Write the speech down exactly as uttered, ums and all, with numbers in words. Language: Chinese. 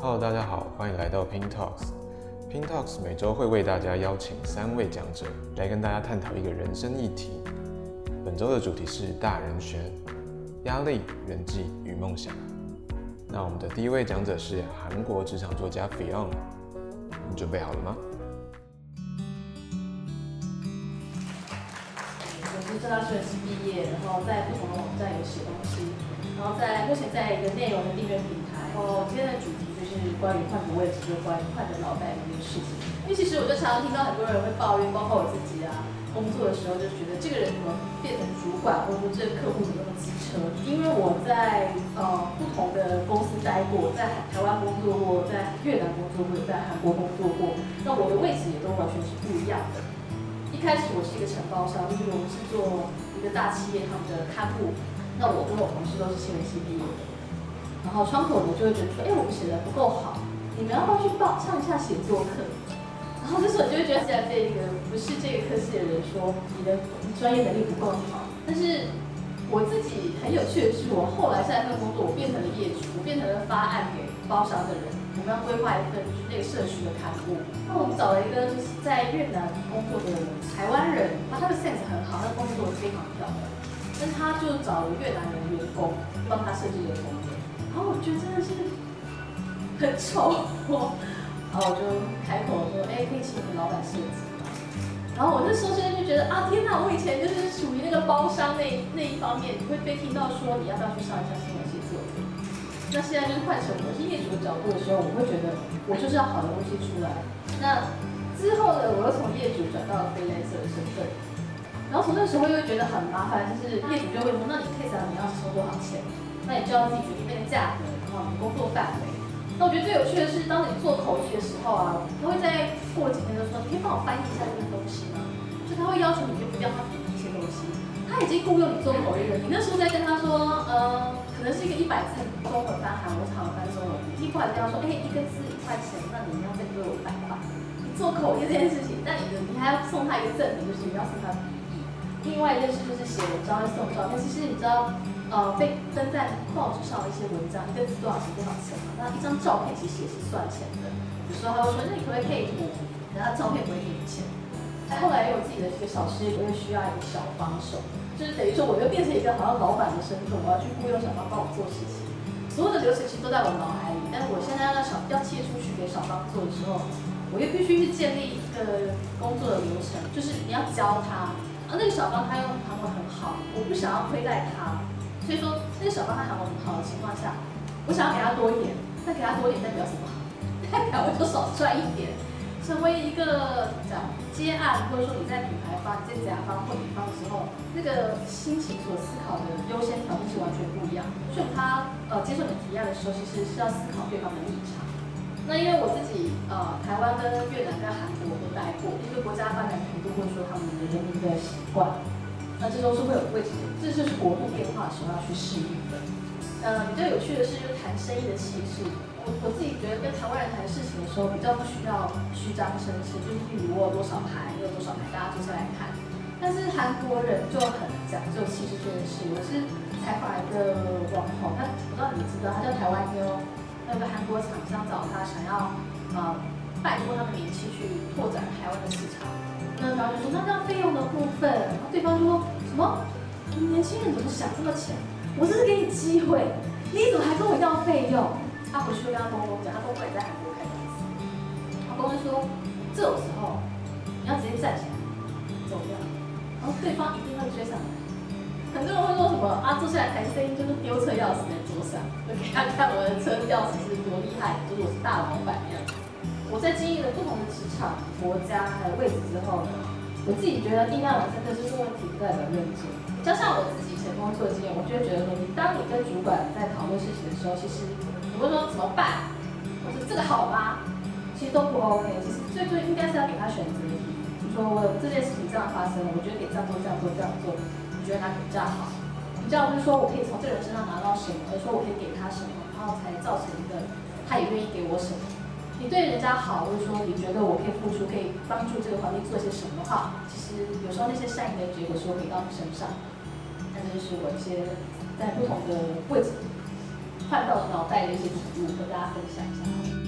Hello， 大家好，欢迎来到 Pin Talks。Pin Talks 每周会为大家邀请三位讲者来跟大家探讨一个人生议题。本周的主题是大人学、压力、人际与梦想。那我们的第一位讲者是韩国职场作家 Fion， 你准备好了吗？ 我是政大数学系毕业，然后在不同的网站有写东西，然后在目前在一个内容的订阅平台。然后今天的主题就是关于换个位置，就关于换个脑袋这件事情。因为其实我就常常听到很多人会抱怨，包括我自己啊，工作的时候就觉得这个人怎么变成主管，或者说这个客户怎么那么机车？因为我在呃不同的公司待过，在台湾工作过，在越南工作过，在韩国工作过，那我的位置也都完全是不一样的。一开始我是一个承包商，就是我们是做一个大企业他们的看护，那我跟我同事都是新闻系毕业的。然后窗口呢就会觉得说，哎，我们写的不够好，你们要不要去报上一下写作课？然后这时候你就会觉得，现在这个不是这个科系的人说你的专业能力不够好。但是我自己很有趣的是，我后来下一份工作，我变成了业主，我变成了发案给包商的人，我们要规划一份就是那个社区的刊物。那我们找了一个就是在越南工作的台湾人，他他的 sense 很好，他工作非常漂亮，但他就找了越南人员工帮他设计了封面。然后我觉得真的是很丑，然后我就开口说，哎，可以请你们老板设计吗？然后我那时候真的就觉得啊，天哪！我以前就是属于那个包商那那一方面，你会被听到说你要不要去上一下新闻写作课。那现在就是换成我是业主的角度的时候，我会觉得我就是要好的东西出来。那之后呢，我又从业主转到了 freelancer 的身份，然后从那时候又会觉得很麻烦，就是业主就会说，那你 case 啊，你要收多少钱？那你就要自己决定那个价格，然后你工作范围。那我觉得最有趣的是，当你做口译的时候啊，他会在过几天就说，你可以帮我翻译一下这个东西吗？就他会要求你就不要他笔一些东西。他已经雇佣你做口译了，你那时候在跟他说，呃，可能是一个一百字中文翻韩文，韩文翻中文，你过来跟他说，哎，一个字一块钱，那你要再给我一百块。你做口译这件事情，但你的你还要送他一个赠品，就是你要送他笔译。另外一件事就是写文章会送照片，其实你知道。呃，被登在报纸上的一些文章，一个字多少钱多少钱嘛？那一张照片其实也是算钱的。有时候他会说，那你可不可以配图？然后照片不会给你钱。哎，后来有我自己的这个小事业，我又需要一个小帮手，就是等于说我又变成一个好像老板的身份，我要去雇佣小帮帮我做事情。所有的流程其实都在我脑海里，但是我现在要小要切出去给小帮做的时候，我又必须去建立一个工作的流程，就是你要教他。而那个小帮他用韩文很好，我不想要亏待他。所以说，那个小帮他韩文很好的情况下，我想要给他多一点，那给他多一点代表什么？代表我就少赚一点。成为一个怎么讲接案，或者说你在品牌方、你在甲方或乙方的时候，那个心情所思考的优先条件是完全不一样。所以他呃接受你提案的时候，其实是要思考对方的立场。那因为我自己呃台湾跟越南跟韩国都待过，一个国家发展程度或者说他们的人民的习惯。那这都是会有位置，这就是国度变化的时候要去适应的。呃，比较有趣的是，就谈生意的气势。我我自己觉得跟台湾人谈事情的时候，比较不需要虚张声势，就是例如我有多少牌，你有多少牌，大家坐下来谈。但是韩国人就很讲究气势这件事。我是采访一个网红，他不知道你知道，他叫台湾妞，那个韩国厂商找他，想要呃拜托他们名气去拓展台湾的市场。那然后就说，那这样费用的部分，然后对方就说什么？你年轻人怎么想这么浅？我这是给你机会，你怎么还跟我要费用？他回去就跟他公公讲，他公公也在韩国开公司。他公公说，这种时候你要直接站起来走掉，然后对方一定会追上来。很多人会说什么啊？坐下来谈生意就是丢车钥匙在桌上，就给他看我的车钥匙是多厉害，就是我是大老板那样。我在经历了不同的职场、国家还有位置之后呢，我自己觉得印象很深刻，就是问题不代表认真。加上我自己以前工作的经验，我就会觉得说，你当你跟主管在讨论事情的时候，其实你会说怎么办，或是这个好吗？其实都不 OK。其实最最应该是要给他选择题，就说我这件事情这样发生了，我觉得可以这样做、这样做、这样做，你觉得哪比较好？比较不是说我可以从这个人身上拿到什么，而是说我可以给他什么，然后才造成一个他也愿意给我什么。你对人家好，或者说你觉得我可以付出，可以帮助这个环境做些什么的话，其实有时候那些善意的结果是会回到你身上。那这就是我一些在不同的位置换换到脑袋的一些体悟，和大家分享一下。